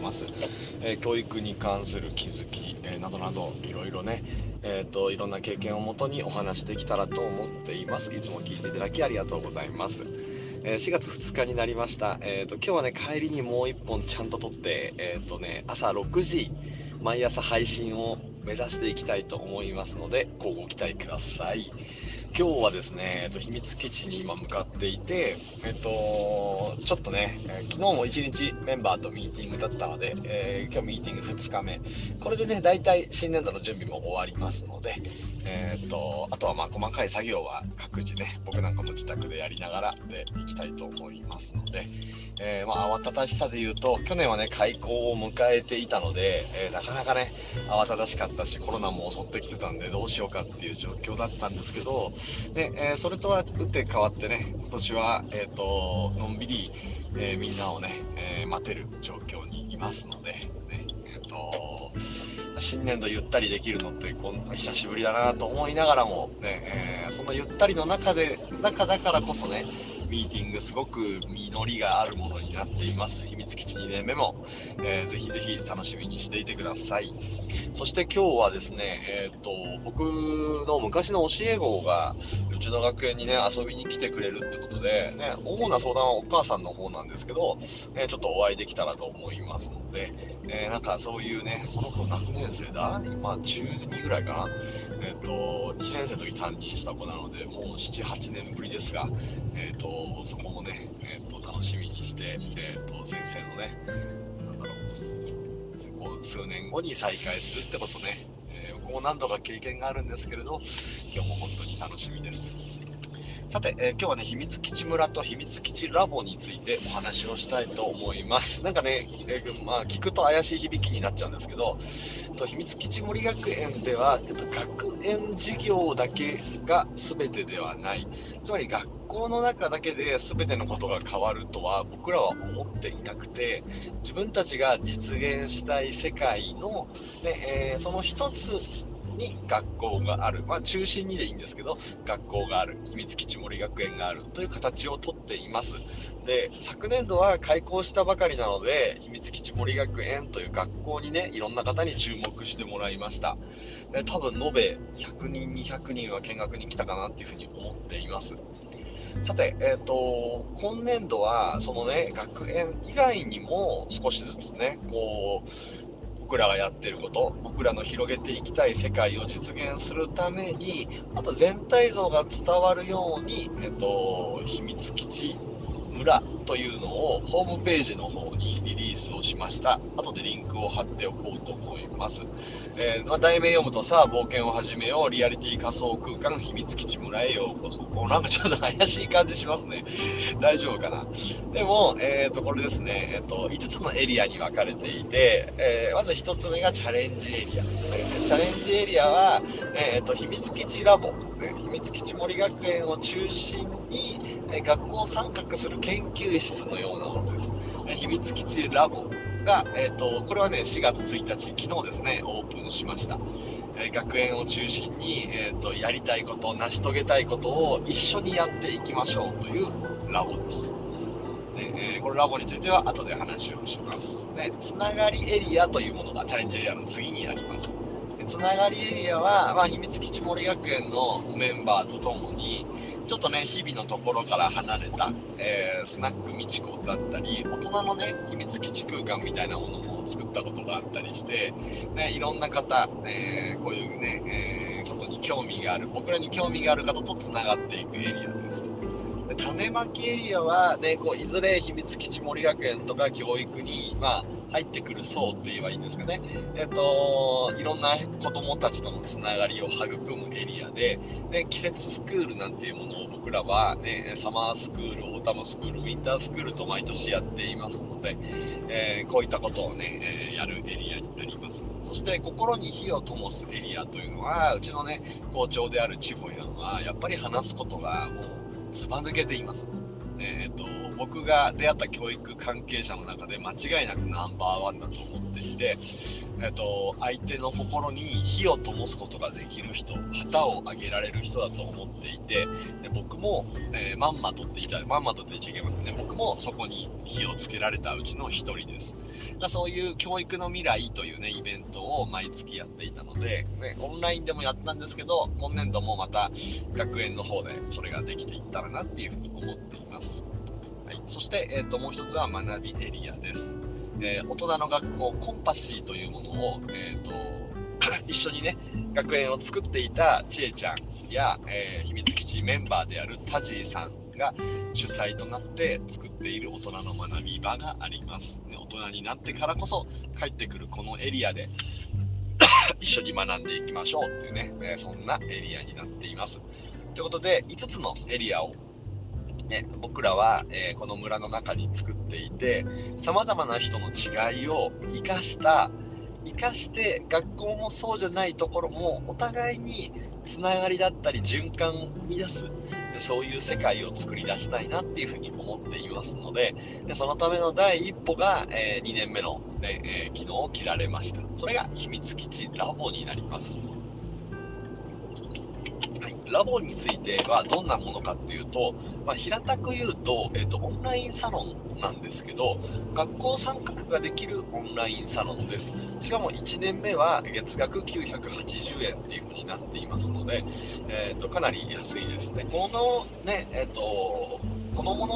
ます。教育に関する気づき、などなどいろいろね、いろんな経験をもとにお話できたらと思っています。いつも聞いていただきありがとうございます。4月2日になりました。今日はね、帰りにもう1本ちゃんと撮って、朝6時毎朝配信を目指していきたいと思いますので、ご期待ください。今日はですね、秘密基地に今向かっていて、ちょっとね、昨日も1日メンバーとミーティングだったので、今日ミーティング2日目。これでね、大体新年度の準備も終わりますので、あとはまあ細かい作業は各自ね、僕なんかも自宅でやりながらでいきたいと思いますので、慌ただしさで言うと、去年はね、開校を迎えていたので、なかなかね、慌ただしかったし、コロナも襲ってきてたんで、どうしようかっていう状況だったんですけど、それとは打って変わってね、今年は、のんびり、みんなをね、待てる状況にいますので、ね、新年度ゆったりできるのって久しぶりだなと思いながらも、ね、そのゆったりの中だからこそね、ミーティングすごく実りがあるものになっています。秘密基地2年目も、ぜひぜひ楽しみにしていてください。そして今日はですね、僕の昔の教え子がうちの学園にね、遊びに来てくれるってことで、ね、主な相談はお母さんの方なんですけど、ちょっとお会いできたらと思いますので、なんかそういうね、その子何年生だ今中2ぐらいかな、1年生の時担任した子なので、もう7、8年ぶりですが、そこもね、楽しみにして、先生のね、なんだろう、こう数年後に再会するってことね、僕も何度か経験があるんですけれど、今日も本当に楽しみです。さて、今日はね、秘密基地村と秘密基地ラボについてお話をしたいと思います。なんかね、聞くと怪しい響きになっちゃうんですけど、秘密基地森学園では、学園事業だけが全てではない。つまり学校の中だけで全てのことが変わるとは僕らは思っていなくて、自分たちが実現したい世界の、ね、その一つに学校がある、中心にでいいんですけど、学校がある、秘密基地森学園があるという形をとっています。で、昨年度は開校したばかりなので、秘密基地森学園という学校にね、いろんな方に注目してもらいました。多分延べ100人200人は見学に来たかなっていうふうに思っています。さて、今年度はそのね、学園以外にも少しずつね、こう僕らがやってること、僕らの広げていきたい世界を実現するために、あと全体像が伝わるように、秘密基地村というのをホームページの方にリリースをしました。後でリンクを貼っておこうと思います。題名読むと、さあ冒険を始めよう、リアリティ仮想空間秘密基地村へようこそ。なんかちょっと怪しい感じしますね。大丈夫かな。でも、これですね、5つのエリアに分かれていて、まず1つ目がチャレンジエリア。チャレンジエリアは、秘密基地ラボ、秘密基地森学園を中心に、学校を参画する研究室のようなものです。秘密基地ラボが、これはね、4月1日、昨日ですね、オープンしました。学園を中心に、やりたいこと、成し遂げたいことを一緒にやっていきましょうというラボです。このラボについては後で話をします。つながりエリアというものがチャレンジエリアの次にあります。つながりエリアは、秘密基地森学園のメンバーとともに、ちょっとね、日々のところから離れた、スナックみちこだったり、大人のね、秘密基地空間みたいなものも作ったことがあったりして、いろんな方、こういうね、ことに興味がある、僕らに興味がある方とつながっていくエリアです。で、種まきエリアはね、いずれ秘密基地森学園とか教育に、入ってくる層って言えばいいんですかね。いろんな子供たちとのつながりを育むエリアで、季節スクールなんていうものを僕らはね、サマースクール、オータムスクール、ウィンタースクールと毎年やっていますので、こういったことをね、やるエリアになります。そして心に火を灯すエリアというのは、うちのね、校長である千穂やんは、やっぱり話すことがもうずば抜けています。僕が出会った教育関係者の中で間違いなくナンバーワンだと思っていて、 相手の心に火を灯すことができる人、旗を上げられる人だと思っていて、で僕も、まんまとって言っちゃいけませんね。僕もそこに火をつけられたうちの一人です。そういう教育の未来というね、イベントを毎月やっていたので、ね、オンラインでもやったんですけど、今年度もまた学園の方でそれができていったらなっていうふうに思っています。はい、そして、もう一つは学びエリアです。大人の学校コンパシーというものを、一緒にね学園を作っていたちえちゃんや、秘密基地メンバーであるタジーさんが主催となって作っている大人の学び場があります。大人になってからこそ帰ってくるこのエリアで一緒に学んでいきましょうっていうね、そんなエリアになっています。ということで5つのエリアを僕らは、この村の中に作っていて、様々な人の違いを生かして学校もそうじゃないところもお互いにつながりだったり循環を生み出す、そういう世界を作り出したいなっていうふうに思っていますので、そのための第一歩が、2年目の、昨日切られました。それが秘密基地ラボになります。ラボについてはどんなものかっていうと、平たく言うと、オンラインサロンなんですけど、学校参画ができるオンラインサロンです。しかも1年目は月額980円っていう風になっていますので、かなり安いですね。このね、このものって、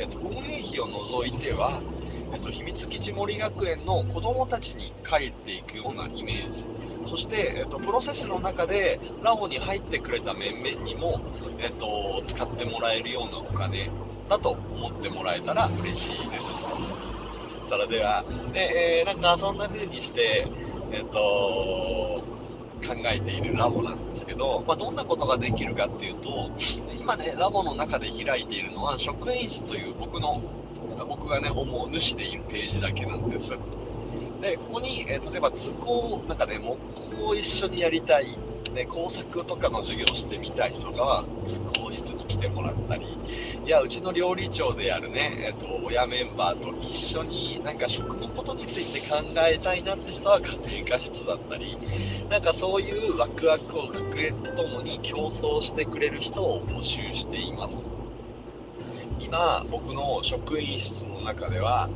運営費を除いては、秘密基地森学園の子どもたちに帰っていくようなイメージ、そして、プロセスの中でラボに入ってくれた面々にも、使ってもらえるようなお金だと思ってもらえたら嬉しいです。それでは、なんかそんな風にして、考えているラボなんですけど、どんなことができるかっていうと、今ねラボの中で開いているのは職員室という僕がね主でいるページだけなんです。でここに、例えば図工なんかね木工を一緒にやりたい、工作とかの授業をしてみたい人とかは図工室に来てもらったり、いやうちの料理長であるね、親メンバーと一緒になんか食のことについて考えたいなって人は家庭科室だったり、なんかそういうワクワクを学園とともに競争してくれる人を募集しています。今僕の職員室の中では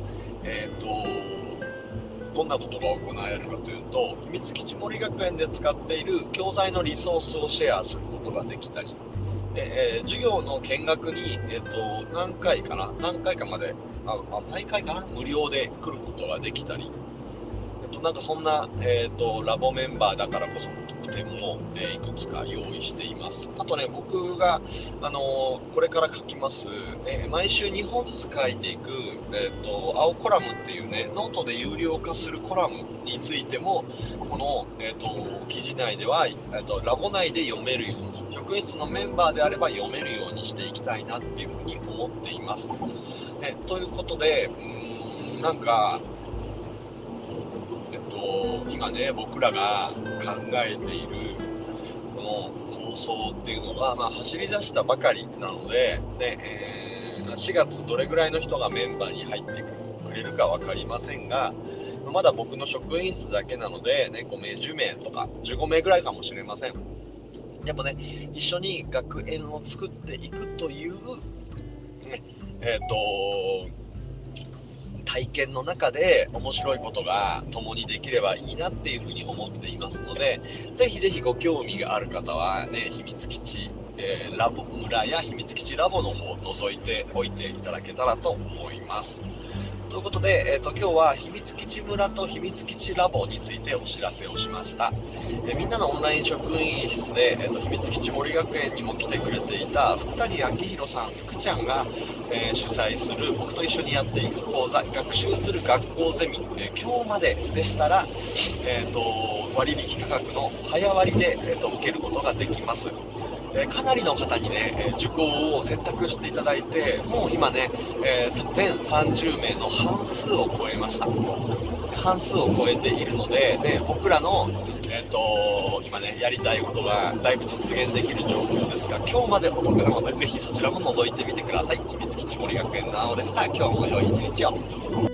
どんなことが行われるかというと、秘密基地森学園で使っている教材のリソースをシェアすることができたり、授業の見学に、何回かまで毎回かな無料で来ることができたり、なんかそんな、ラボメンバーだからこその特典も、いくつか用意しています。あとね僕が、これから書きます、毎週2本ずつ書いていく、青コラムっていうねノートで有料化するコラムについてもこの、記事内では、ラボ内で読めるように、職員室のメンバーであれば読めるようにしていきたいなっていうふうに思っています。ということでなんか今ね僕らが考えているこの構想っていうのは、走り出したばかりなので、4月どれぐらいの人がメンバーに入ってくれるか分かりませんが、まだ僕の職員室だけなので、5名10名とか15名ぐらいかもしれません。でもね一緒に学園を作っていくという、体験の中で面白いことが共にできればいいなっていうふうに思っていますので、ぜひぜひご興味がある方はね秘密基地、ラボ村や秘密基地ラボの方を覗いておいていただけたらと思います。ということで、今日は秘密基地村と秘密基地ラボについてお知らせをしました。みんなのオンライン職員室で、秘密基地森学園にも来てくれていた福谷明宏さん、福ちゃんが、主催する僕と一緒にやっていく講座、学習する学校ゼミ、今日まででしたら、割引価格の早割で、受けることができます。かなりの方にね受講を選択していただいて、もう今ね、全30名の半数を超えました。半数を超えているので、僕らの、今ねやりたいことがだいぶ実現できる状況ですが、今日までお得なのでぜひそちらも覗いてみてください。秘密基地森学園の青でした。今日も良い一日を。